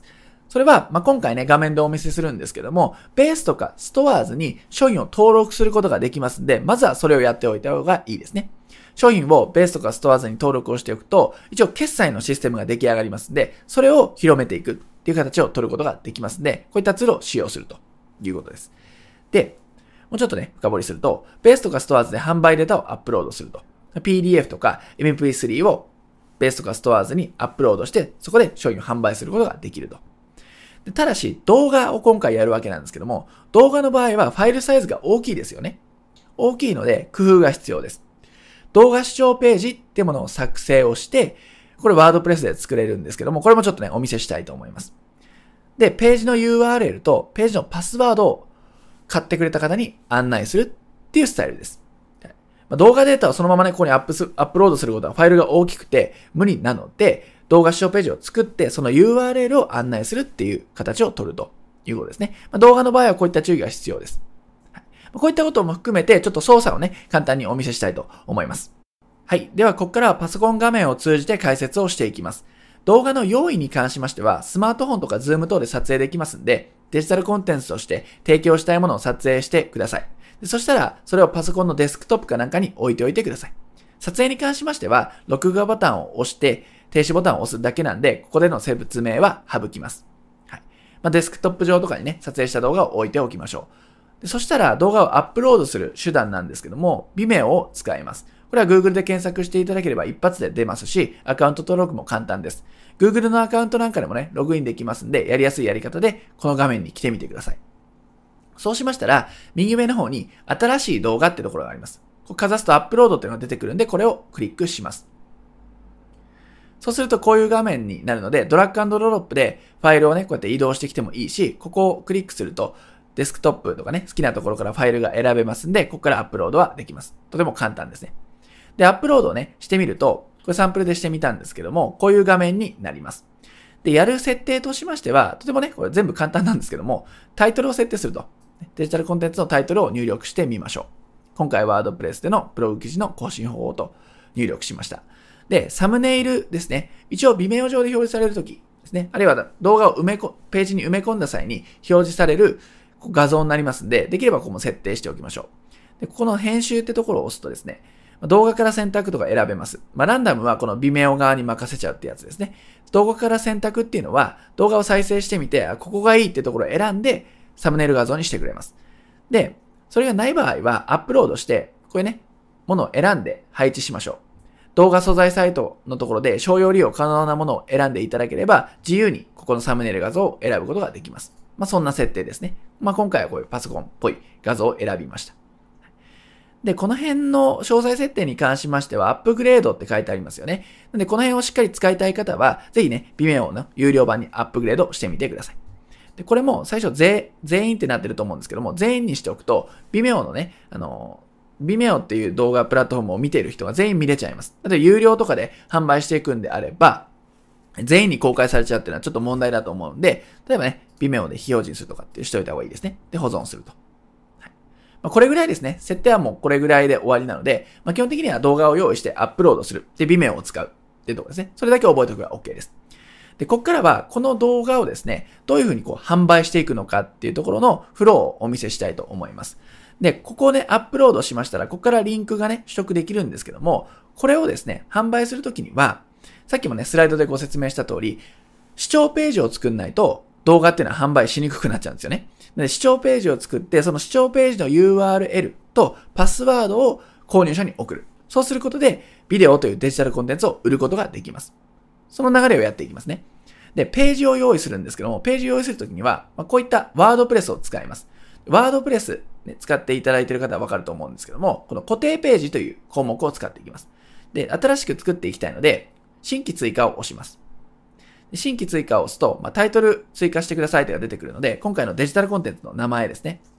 それは、まあ、今回ね、画面でお見せするんですけども、ベースとかストアーズに商品を登録することができますんで、まずはそれをやっておいた方がいいですね。商品をベースとかストアーズに登録をしておくと、一応決済のシステムが出来上がりますんで、それを広めていくっていう形を取ることができますんで、こういったツールを使用するということです。で、もうちょっとね、深掘りすると、ベースとかストアーズで販売データをアップロードすると。ピーディーエフ とか エムピースリー をベースとかストアーズにアップロードして、そこで商品を販売することができると。でただし、動画を今回やるわけなんですけども、動画の場合はファイルサイズが大きいですよね。大きいので工夫が必要です。動画視聴ページってものを作成をして、これワードプレスで作れるんですけども、これもちょっとね、お見せしたいと思います。で、ページの ユーアールエル とページのパスワードを買ってくれた方に案内するっていうスタイルです。まあ、動画データをそのままね、ここにアップす、アップロードすることはファイルが大きくて無理なので、動画視聴ページを作って、その ユーアールエル を案内するっていう形を取るということですね。まあ、動画の場合はこういった注意が必要です。はい、こういったことも含めて、ちょっと操作をね、簡単にお見せしたいと思います。はい。では、ここからはパソコン画面を通じて解説をしていきます。動画の用意に関しましては、スマートフォンとかズーム等で撮影できますんで、デジタルコンテンツとして提供したいものを撮影してください。でそしたら、それをパソコンのデスクトップかなんかに置いておいてください。撮影に関しましては、録画ボタンを押して、停止ボタンを押すだけなんで、ここでの説明は省きます。はい。まあ、デスクトップ上とかにね、撮影した動画を置いておきましょう。でそしたら、動画をアップロードする手段なんですけども、Vimeo を使います。これは Google で検索していただければ一発で出ますし、アカウント登録も簡単です。Google のアカウントなんかでもね、ログインできますんで、やりやすいやり方で、この画面に来てみてください。そうしましたら、右上の方に新しい動画ってところがあります。こうかざすとアップロードっていうのが出てくるんで、これをクリックします。そうするとこういう画面になるので、ドラッグ&ドロップでファイルをね、こうやって移動してきてもいいし、ここをクリックすると、デスクトップとかね、好きなところからファイルが選べますんで、ここからアップロードはできます。とても簡単ですね。で、アップロードをね、してみると、これサンプルでしてみたんですけども、こういう画面になります。で、やる設定としましては、とてもね、これ全部簡単なんですけども、タイトルを設定すると。デジタルコンテンツのタイトルを入力してみましょう。今回ワードプレスでのブログ記事の更新方法と入力しました。で、サムネイルですね。一応 Vimeo 上で表示されるときですね。あるいは動画を埋めこ、ページに埋め込んだ際に表示される画像になりますんで、できればここも設定しておきましょう。で、ここの編集ってところを押すとですね、動画から選択とか選べます。まあ、ランダムはこの Vimeo 側に任せちゃうってやつですね。動画から選択っていうのは、動画を再生してみて、ここがいいってところを選んで、サムネイル画像にしてくれます。で、それがない場合は、アップロードして、これね、ものを選んで配置しましょう。動画素材サイトのところで、商用利用可能なものを選んでいただければ、自由にここのサムネイル画像を選ぶことができます。まあ、そんな設定ですね。まあ、今回はこういうパソコンっぽい画像を選びました。で、この辺の詳細設定に関しましては、アップグレードって書いてありますよね。なので、この辺をしっかり使いたい方は、ぜひね、Vimeo の有料版にアップグレードしてみてください。で、これも最初全、全員ってなってると思うんですけども、全員にしておくと、Vimeo のね、あの、Vimeo っていう動画プラットフォームを見ている人が全員見れちゃいます。例えば有料とかで販売していくんであれば、全員に公開されちゃうっていうのはちょっと問題だと思うんで、例えばね、Vimeo で非表示するとかってしといた方がいいですね。で、保存すると。はいまあ、これぐらいですね。設定はもうこれぐらいで終わりなので、まあ、基本的には動画を用意してアップロードする。で、Vimeo を使うっていうところですね。それだけ覚えておけば OK です。で、ここからはこの動画をですね、どういうふうにこう販売していくのかっていうところのフローをお見せしたいと思います。で、ここでアップロードしましたら、ここからリンクがね、取得できるんですけども、これをですね、販売するときには、さっきもね、スライドでご説明した通り、視聴ページを作んないと動画っていうのは販売しにくくなっちゃうんですよね。で、視聴ページを作って、その視聴ページの ユーアールエル とパスワードを購入者に送る。そうすることで、ビデオというデジタルコンテンツを売ることができます。その流れをやっていきますね。で、ページを用意するんですけども、ページを用意するときには、まあ、こういったワードプレスを使います。ワードプレス、ね、使っていただいている方はわかると思うんですけども、この固定ページという項目を使っていきます。で、新しく作っていきたいので、新規追加を押します。で新規追加を押すと、まあ、タイトル追加してくださいというのが出てくるので、今回のデジタルコンテンツの名前ですね。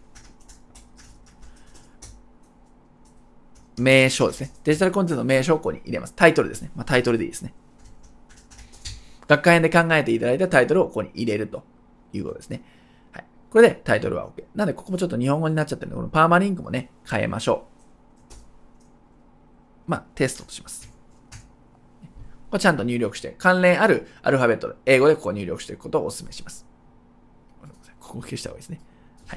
名称ですね。デジタルコンテンツの名称をここに入れます。タイトルですね。まあ、タイトルでいいですね。学会編で考えていただいたタイトルをここに入れるということですね。はい。これでタイトルは OK。なので、ここもちょっと日本語になっちゃってるので、このパーマリンクもね、変えましょう。まあ、テストとします。 これちゃんと入力して、関連あるアルファベットで、英語でここ入力していくことをお勧めします。ここ消した方がいいですね。はい。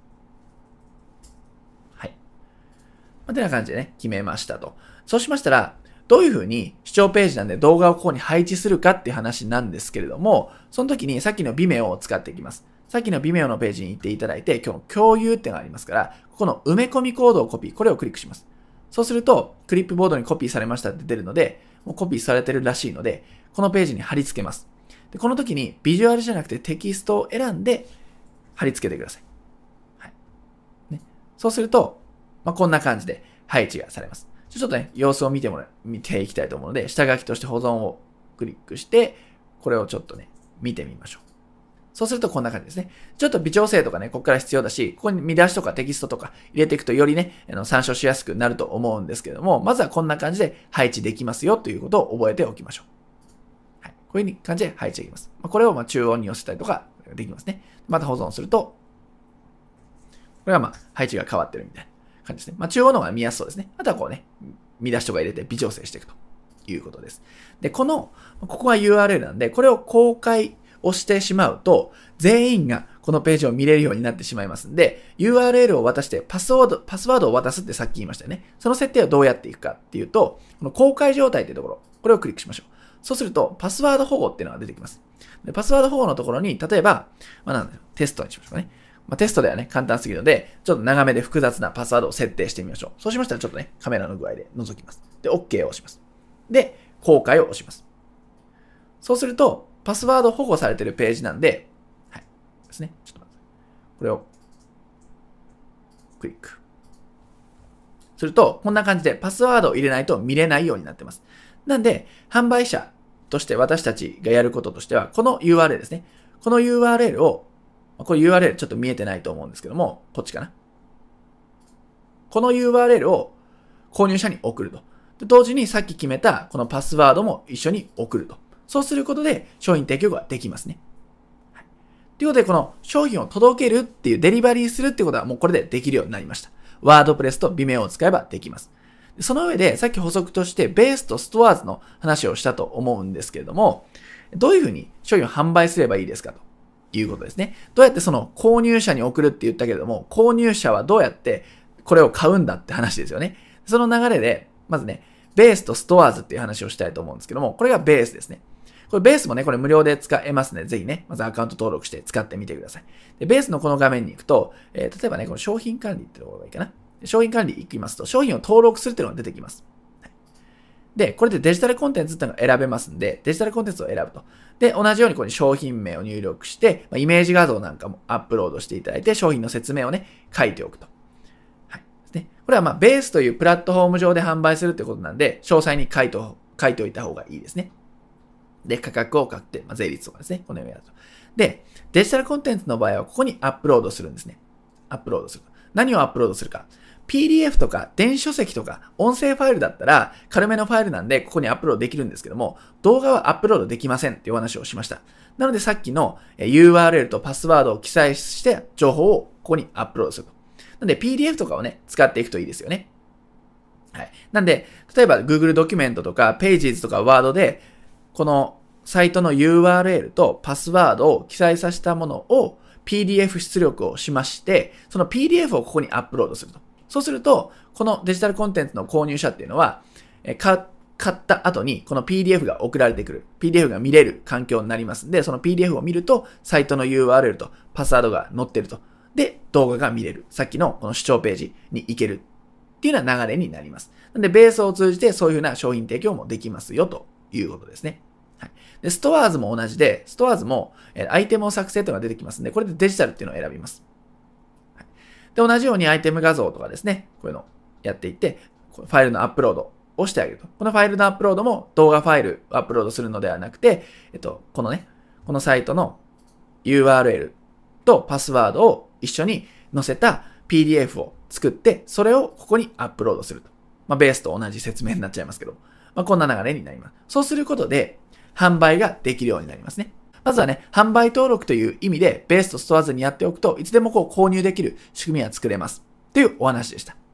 はい。まあ、てな感じでね、決めましたと。そうしましたら、どういうふうに視聴ページなんで動画をここに配置するかっていう話なんですけれども、その時にさっきの Vimeo を使っていきます。さっきの Vimeo のページに行っていただいて、今日の共有っていうのがありますから、ここの埋め込みコードをコピー、これをクリックします。そうすると、クリップボードにコピーされましたって出るので、もうコピーされてるらしいので、このページに貼り付けます。で、この時にビジュアルじゃなくてテキストを選んで貼り付けてください。はい。ね。そうすると、まあ、こんな感じで配置がされます。ちょっとね、様子を見てもら、見ていきたいと思うので、下書きとして保存をクリックして、これをちょっとね、見てみましょう。そうするとこんな感じですね。ちょっと微調整とかね、ここから必要だし、ここに見出しとかテキストとか入れていくとよりね、あの参照しやすくなると思うんですけれども、まずはこんな感じで配置できますよということを覚えておきましょう。はい。こういう感じで配置できます。これをま中央に寄せたりとかできますね。また保存すると、これはまあ配置が変わってるみたいな感じですね。まあ中央の方が見やすそうですね。あとはこうね、見出しとか入れて微調整していくということです。で、この、ここが ユーアールエル なんで、これを公開をしてしまうと、全員がこのページを見れるようになってしまいますんで、ユーアールエル を渡してパスワード、パスワードを渡すってさっき言いましたよね。その設定をどうやっていくかっていうと、この公開状態っていうところ、これをクリックしましょう。そうすると、パスワード保護っていうのが出てきます。でパスワード保護のところに、例えば、まあ、なんだろう、テストにしましょうかね。まあ、テストではね、簡単すぎるので、ちょっと長めで複雑なパスワードを設定してみましょう。そうしましたら、ちょっとね、カメラの具合で覗きます。で、OK を押します。で、公開を押します。そうすると、パスワード保護されているページなんで、はい。ですね。ちょっと待って。これを、クリック。すると、こんな感じでパスワードを入れないと見れないようになってます。なんで、販売者として私たちがやることとしては、この ユーアールエル ですね。この ユーアールエル を、これ ユーアールエル ちょっと見えてないと思うんですけども、こっちかな。この ユーアールエル を購入者に送ると。で同時にさっき決めたこのパスワードも一緒に送ると。そうすることで商品提供ができますね。はい、ということで、この商品を届けるっていうデリバリーするってことはもうこれでできるようになりました。ワードプレスと Vimeo を使えばできます。その上でさっき補足としてベースとストアーズの話をしたと思うんですけれども、どういうふうに商品を販売すればいいですかということですね。どうやってその購入者に送るって言ったけれども、購入者はどうやってこれを買うんだって話ですよね。その流れで、まずね、ベースとストアーズっていう話をしたいと思うんですけども、これがベースですね。これベースもね、これ無料で使えますね。ぜひね、まずアカウント登録して使ってみてください。で、ベースのこの画面に行くと、えー、例えばね、この商品管理ってところがいいかな。商品管理行きますと、商品を登録するっていうのが出てきます。で、これでデジタルコンテンツっていうのが選べますんで、デジタルコンテンツを選ぶと。で、同じようにここに商品名を入力して、イメージ画像なんかもアップロードしていただいて、商品の説明をね、書いておくと。はい。ですね。これはまあ、ベースというプラットフォーム上で販売するってことなんで、詳細に書いて、書いておいた方がいいですね。で、価格を書くって、まあ、税率とかですね。このようにやると。で、デジタルコンテンツの場合は、ここにアップロードするんですね。アップロードする。何をアップロードするか。ピーディーエフ とか電子書籍とか音声ファイルだったら軽めのファイルなんでここにアップロードできるんですけども、動画はアップロードできませんっていうお話をしました。なのでさっきの ユーアールエル とパスワードを記載して情報をここにアップロードすると。なので ピーディーエフ とかをね、使っていくといいですよね。はい。なんで、例えば Google ドキュメントとか Pages とか Word でこのサイトの ユーアールエル とパスワードを記載させたものを ピーディーエフ 出力をしまして、その ピーディーエフ をここにアップロードすると。そうすると、このデジタルコンテンツの購入者っていうのは、え買った後にこの ピーディーエフ が送られてくる。ピーディーエフ が見れる環境になりますんで、その ピーディーエフ を見ると、サイトの ユーアールエル とパスワードが載ってると。で、動画が見れる。さっきのこの視聴ページに行けるっていうような流れになります。なので、ベースを通じてそういうふうな商品提供もできますよということですね。はい。で、ストアーズも同じで、ストアーズもアイテムを作成というのが出てきますんで、これでデジタルっていうのを選びます。で、同じようにアイテム画像とかですね、こういうのをやっていって、ファイルのアップロードをしてあげると。このファイルのアップロードも動画ファイルをアップロードするのではなくて、えっと、このね、このサイトの ユーアールエル とパスワードを一緒に載せた ピーディーエフ を作って、それをここにアップロードすると。まあ、ベースと同じ説明になっちゃいますけど、まあ、こんな流れになります。そうすることで、販売ができるようになりますね。まずはね、販売登録という意味で、ベースとストアーズにやっておくといつでもこう購入できる仕組みは作れます。というお話でした。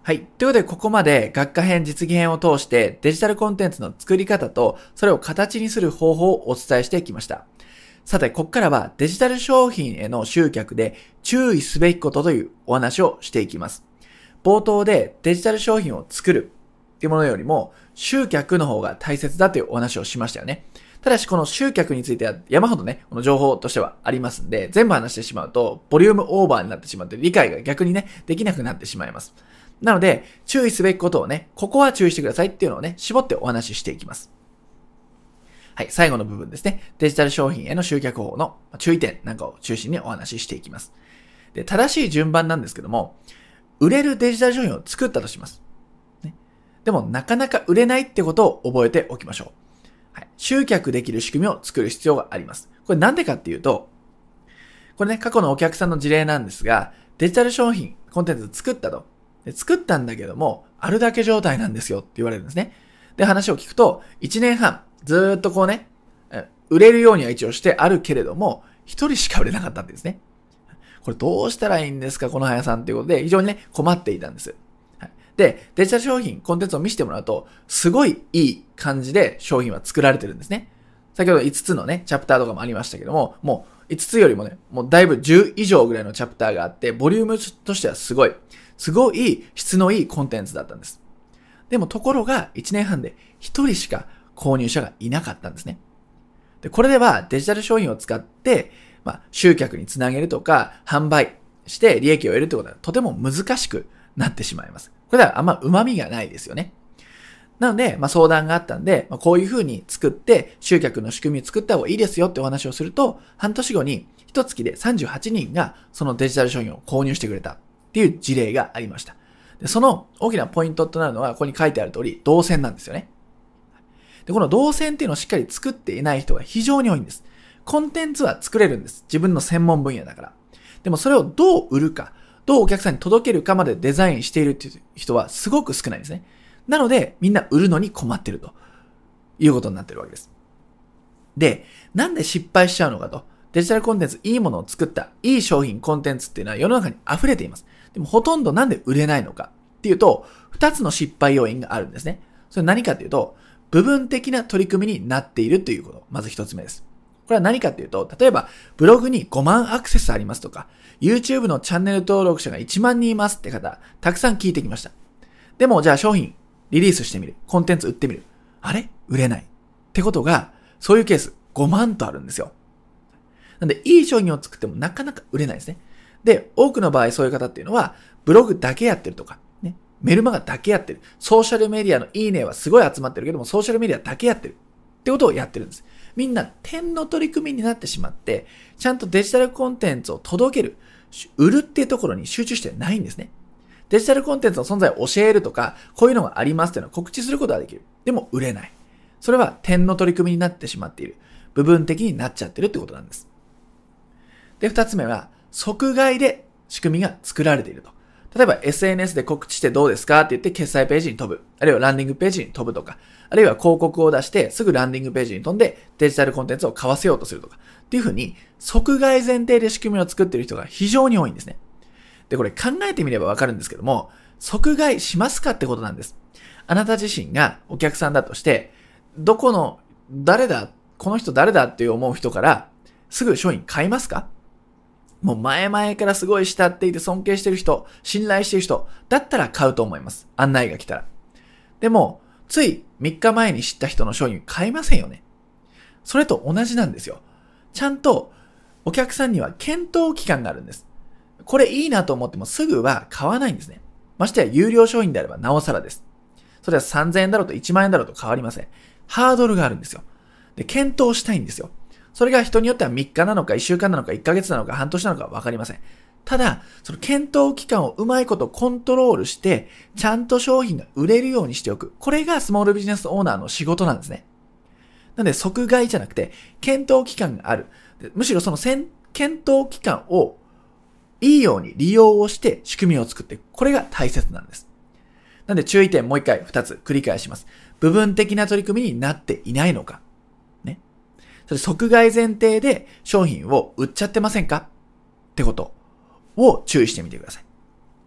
はい。ということで、ここまで学科編、実技編を通してデジタルコンテンツの作り方とそれを形にする方法をお伝えしてきました。さて、ここからはデジタル商品への集客で注意すべきことというお話をしていきます。冒頭でデジタル商品を作るっていうものよりも集客の方が大切だというお話をしましたよね。ただしこの集客については山ほどね、この情報としてはありますんで、全部話してしまうとボリュームオーバーになってしまって理解が逆にね、できなくなってしまいます。なので、注意すべきことをね、ここは注意してくださいっていうのをね、絞ってお話ししていきます。はい、最後の部分ですね。デジタル商品への集客法の注意点なんかを中心にお話ししていきます。で、正しい順番なんですけども、売れるデジタル商品を作ったとします。ね、でも、なかなか売れないってことを覚えておきましょう。はい、集客できる仕組みを作る必要があります。これなんでかっていうと、これね、過去のお客さんの事例なんですが、デジタル商品、コンテンツ作ったと。で作ったんだけども、あるだけ状態なんですよって言われるんですね。で、話を聞くと、いちねんはん、ずーっとこうね、売れるようには一応してあるけれども、一人しか売れなかったんですね。これどうしたらいいんですか、この早さんっていうことで、非常にね、困っていたんです。はい、で、デジタル商品、コンテンツを見せてもらうと、すごいいい感じで商品は作られてるんですね。先ほどいつつのね、チャプターとかもありましたけども、もういつつよりもね、もうだいぶじゅう以上ぐらいのチャプターがあって、ボリュームとしてはすごい、すごい質のいいコンテンツだったんです。でもところがいちねんはんでひとりしか購入者がいなかったんですね。で、これではデジタル商品を使って、まあ、集客につなげるとか、販売して利益を得るということはとても難しくなってしまいます。これではあんま旨味がないですよね。なので、まあ、相談があったんで、まあ、こういう風に作って集客の仕組みを作った方がいいですよってお話をすると、半年後に一月でさんじゅうはちにんがそのデジタル商品を購入してくれたっていう事例がありました。で、その大きなポイントとなるのは、ここに書いてある通り、動線なんですよね。で、この動線っていうのをしっかり作っていない人が非常に多いんです。コンテンツは作れるんです。自分の専門分野だから。でもそれをどう売るか、どうお客さんに届けるかまでデザインしているっていう人はすごく少ないんですね。なので、みんな売るのに困ってるということになってるわけです。で、なんで失敗しちゃうのかと。デジタルコンテンツ、いいものを作った、いい商品、コンテンツっていうのは世の中に溢れています。でもほとんどなんで売れないのかっていうと、二つの失敗要因があるんですね。それ何かっていうと、部分的な取り組みになっているということ。まず一つ目です。これは何かっていうと、例えば、ブログにごまんアクセスありますとか、YouTube のチャンネル登録者がいちまんにんいますって方、たくさん聞いてきました。でも、じゃあ商品、リリースしてみる。コンテンツ売ってみる。あれ？売れない。ってことが、そういうケースごまんとあるんですよ。なんで、いい商品を作ってもなかなか売れないですね。で、多くの場合そういう方っていうのは、ブログだけやってるとか、ね、メルマガだけやってる。ソーシャルメディアのいいねはすごい集まってるけども、ソーシャルメディアだけやってる。ってことをやってるんです。みんな点の取り組みになってしまって、ちゃんとデジタルコンテンツを届ける、売るっていうところに集中してないんですね。デジタルコンテンツの存在を教えるとか、こういうのがありますっていうのを告知することができる。でも売れない。それは点の取り組みになってしまっている。部分的になっちゃってるってことなんです。で、二つ目は、即買いで仕組みが作られていると。例えば エスエヌエス で告知してどうですかって言って決済ページに飛ぶ。あるいはランディングページに飛ぶとか。あるいは広告を出してすぐランディングページに飛んでデジタルコンテンツを買わせようとするとか。っていうふうに即買い前提で仕組みを作っている人が非常に多いんですね。で、これ考えてみればわかるんですけども、即買いしますかってことなんです。あなた自身がお客さんだとして、どこの、誰だ、この人誰だって思う人からすぐ商品買いますか？もう前々からすごい慕っていて尊敬してる人、信頼してる人だったら買うと思います。案内が来たら。でも、ついみっかまえに知った人の商品買いませんよね。それと同じなんですよ。ちゃんとお客さんには検討期間があるんです。これいいなと思ってもすぐは買わないんですね。ましてや有料商品であればなおさらです。それはさんぜんえんだろうといちまんえんだろうと変わりません。ハードルがあるんですよ。で、検討したいんですよ。それが人によってはみっかなのかいっしゅうかんなのかいっかげつなのか半年なのかわかりません。ただ、その検討期間をうまいことコントロールして、ちゃんと商品が売れるようにしておく。これがスモールビジネスオーナーの仕事なんですね。なので、即買いじゃなくて、検討期間がある。むしろその検討期間をいいように利用をして仕組みを作っていく。これが大切なんです。なので注意点もう一回二つ繰り返します。部分的な取り組みになっていないのか。ね。それ即買い前提で商品を売っちゃってませんかってことを注意してみてください。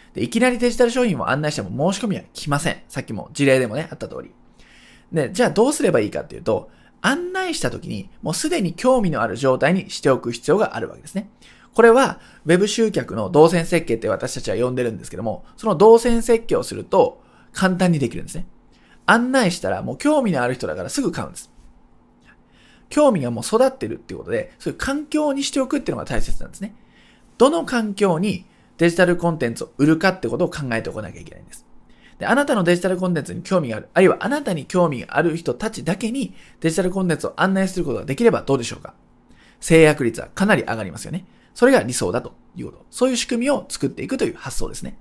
で、いきなりデジタル商品を案内しても申し込みは来ません。さっきも事例でもね、あった通り。で、じゃあどうすればいいかっていうと、案内した時にもうすでに興味のある状態にしておく必要があるわけですね。これは Web 集客の動線設計って私たちは呼んでるんですけども、その動線設計をすると簡単にできるんですね。案内したらもう興味のある人だからすぐ買うんです。興味がもう育ってるっていうことで、そういう環境にしておくっていうのが大切なんですね。どの環境にデジタルコンテンツを売るかってことを考えておかなきゃいけないんです。で、あなたのデジタルコンテンツに興味がある、あるいはあなたに興味がある人たちだけにデジタルコンテンツを案内することができればどうでしょうか。制約率はかなり上がりますよね。それが理想だということ。そういう仕組みを作っていくという発想ですね。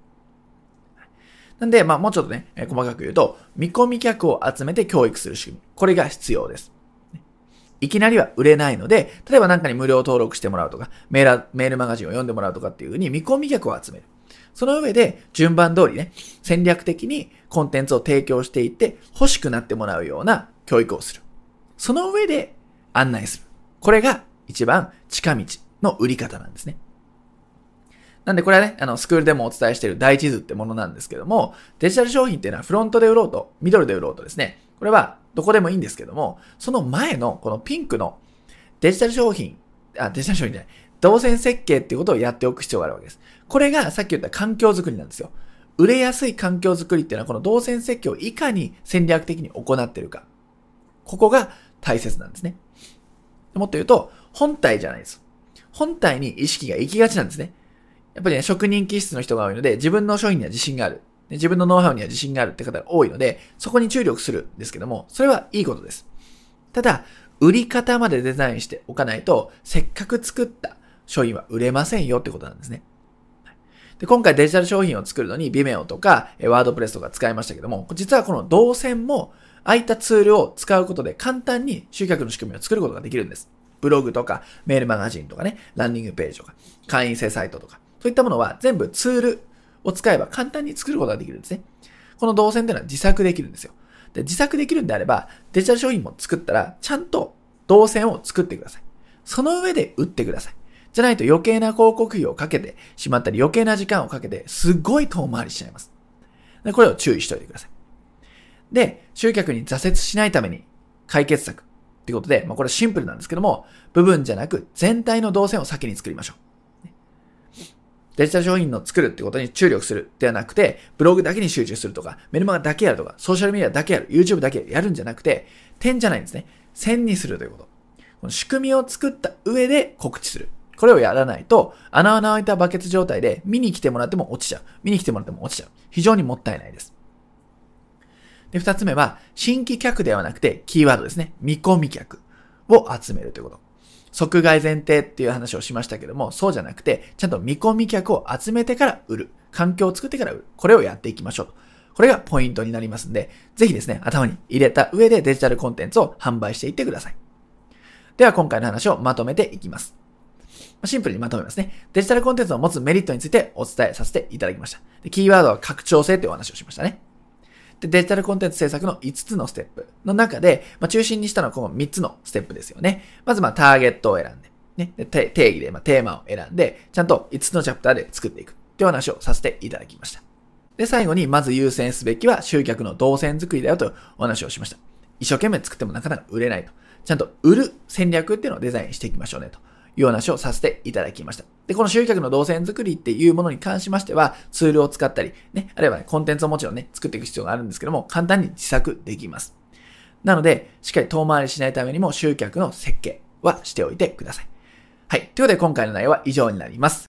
なんで、まあもうちょっとね、細かく言うと、見込み客を集めて教育する仕組み。これが必要です。いきなりは売れないので、例えば何かに無料登録してもらうとか、メール、メールマガジンを読んでもらうとかっていう風に見込み客を集める。その上で順番通りね、戦略的にコンテンツを提供していって欲しくなってもらうような教育をする。その上で案内する。これが一番近道の売り方なんですね。なんでこれはね、あの、スクールでもお伝えしている大地図ってものなんですけども、デジタル商品っていうのはフロントで売ろうと、ミドルで売ろうとですね、これはどこでもいいんですけども、その前のこのピンクのデジタル商品、あ、デジタル商品じゃない、動線設計っていうことをやっておく必要があるわけです。これがさっき言った環境づくりなんですよ。売れやすい環境づくりっていうのはこの動線設計をいかに戦略的に行っているか。ここが大切なんですね。もっと言うと、本体じゃないです。本体に意識が行きがちなんですね。やっぱりね、職人気質の人が多いので、自分の商品には自信がある。自分のノウハウには自信があるって方が多いので、そこに注力するんですけども、それはいいことです。ただ、売り方までデザインしておかないと、せっかく作った商品は売れませんよってことなんですね。で、今回デジタル商品を作るのに Vimeo とか WordPress とか使いましたけども、実はこの動線も、ああいったツールを使うことで簡単に集客の仕組みを作ることができるんです。ブログとか、メールマガジンとかね、ランディングページとか、会員制サイトとか、そういったものは全部ツールを使えば簡単に作ることができるんですね。この動線というのは自作できるんですよ。で、自作できるんであれば、デジタル商品も作ったら、ちゃんと動線を作ってください。その上で売ってください。じゃないと余計な広告費をかけてしまったり、余計な時間をかけて、すごい遠回りしちゃいます。で、これを注意しておいてください。で、集客に挫折しないために解決策っていうことで、まあこれシンプルなんですけども、部分じゃなく全体の動線を先に作りましょう。デジタル商品の作るってことに注力するではなくて、ブログだけに集中するとか、メルマガだけやるとか、ソーシャルメディアだけやる、YouTube だけやるんじゃなくて、点じゃないんですね。線にするということ。この仕組みを作った上で告知する。これをやらないと、穴穴開いたバケツ状態で見に来てもらっても落ちちゃう。見に来てもらっても落ちちゃう。非常にもったいないです。で、二つ目は、新規客ではなくて、キーワードですね。見込み客を集めるということ。即買い前提っていう話をしましたけども、そうじゃなくて、ちゃんと見込み客を集めてから売る。環境を作ってから売る。これをやっていきましょうと。これがポイントになりますんで、ぜひですね、頭に入れた上でデジタルコンテンツを販売していってください。では、今回の話をまとめていきます。シンプルにまとめますね。デジタルコンテンツを持つメリットについてお伝えさせていただきました。で、キーワードは拡張性というお話をしましたね。で、デジタルコンテンツ制作のいつつのステップの中で、まあ、中心にしたのはこのみっつのステップですよね。まず、まあ、ターゲットを選んで、ね、で定義で、まあ、テーマを選んで、ちゃんといつつのチャプターで作っていくという話をさせていただきました。で、最後に、まず優先すべきは集客の動線作りだよというお話をしました。一生懸命作ってもなかなか売れないと。ちゃんと売る戦略っていうのをデザインしていきましょうねという話をさせていただきました。で、この集客の動線作りっていうものに関しましては、ツールを使ったり、ね、あるいは、ね、コンテンツをもちろんね、作っていく必要があるんですけども、簡単に自作できます。なので、しっかり遠回りしないためにも集客の設計はしておいてください。はい。ということで今回の内容は以上になります。